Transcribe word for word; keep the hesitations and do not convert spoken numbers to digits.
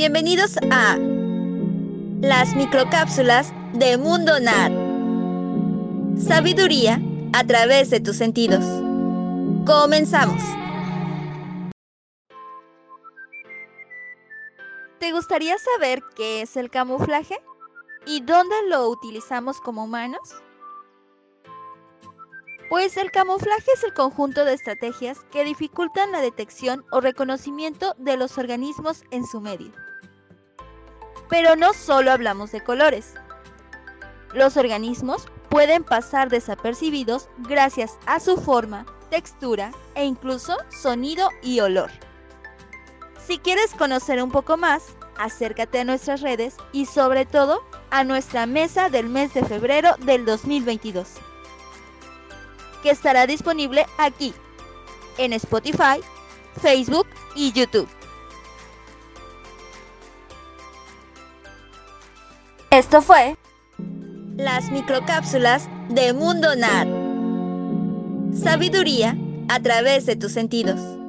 Bienvenidos a las microcápsulas de Mundo Nat. Sabiduría a través de tus sentidos. Comenzamos. ¿Te gustaría saber qué es el camuflaje y dónde lo utilizamos como humanos? Pues el camuflaje es el conjunto de estrategias que dificultan la detección o reconocimiento de los organismos en su medio. Pero no solo hablamos de colores. Los organismos pueden pasar desapercibidos gracias a su forma, textura e incluso sonido y olor. Si quieres conocer un poco más, acércate a nuestras redes y sobre todo a nuestra mesa del mes de febrero del dos mil veintidós, que estará disponible aquí, en Spotify, Facebook y YouTube. Esto fue las microcápsulas de Mundo Nat. Sabiduría a través de tus sentidos.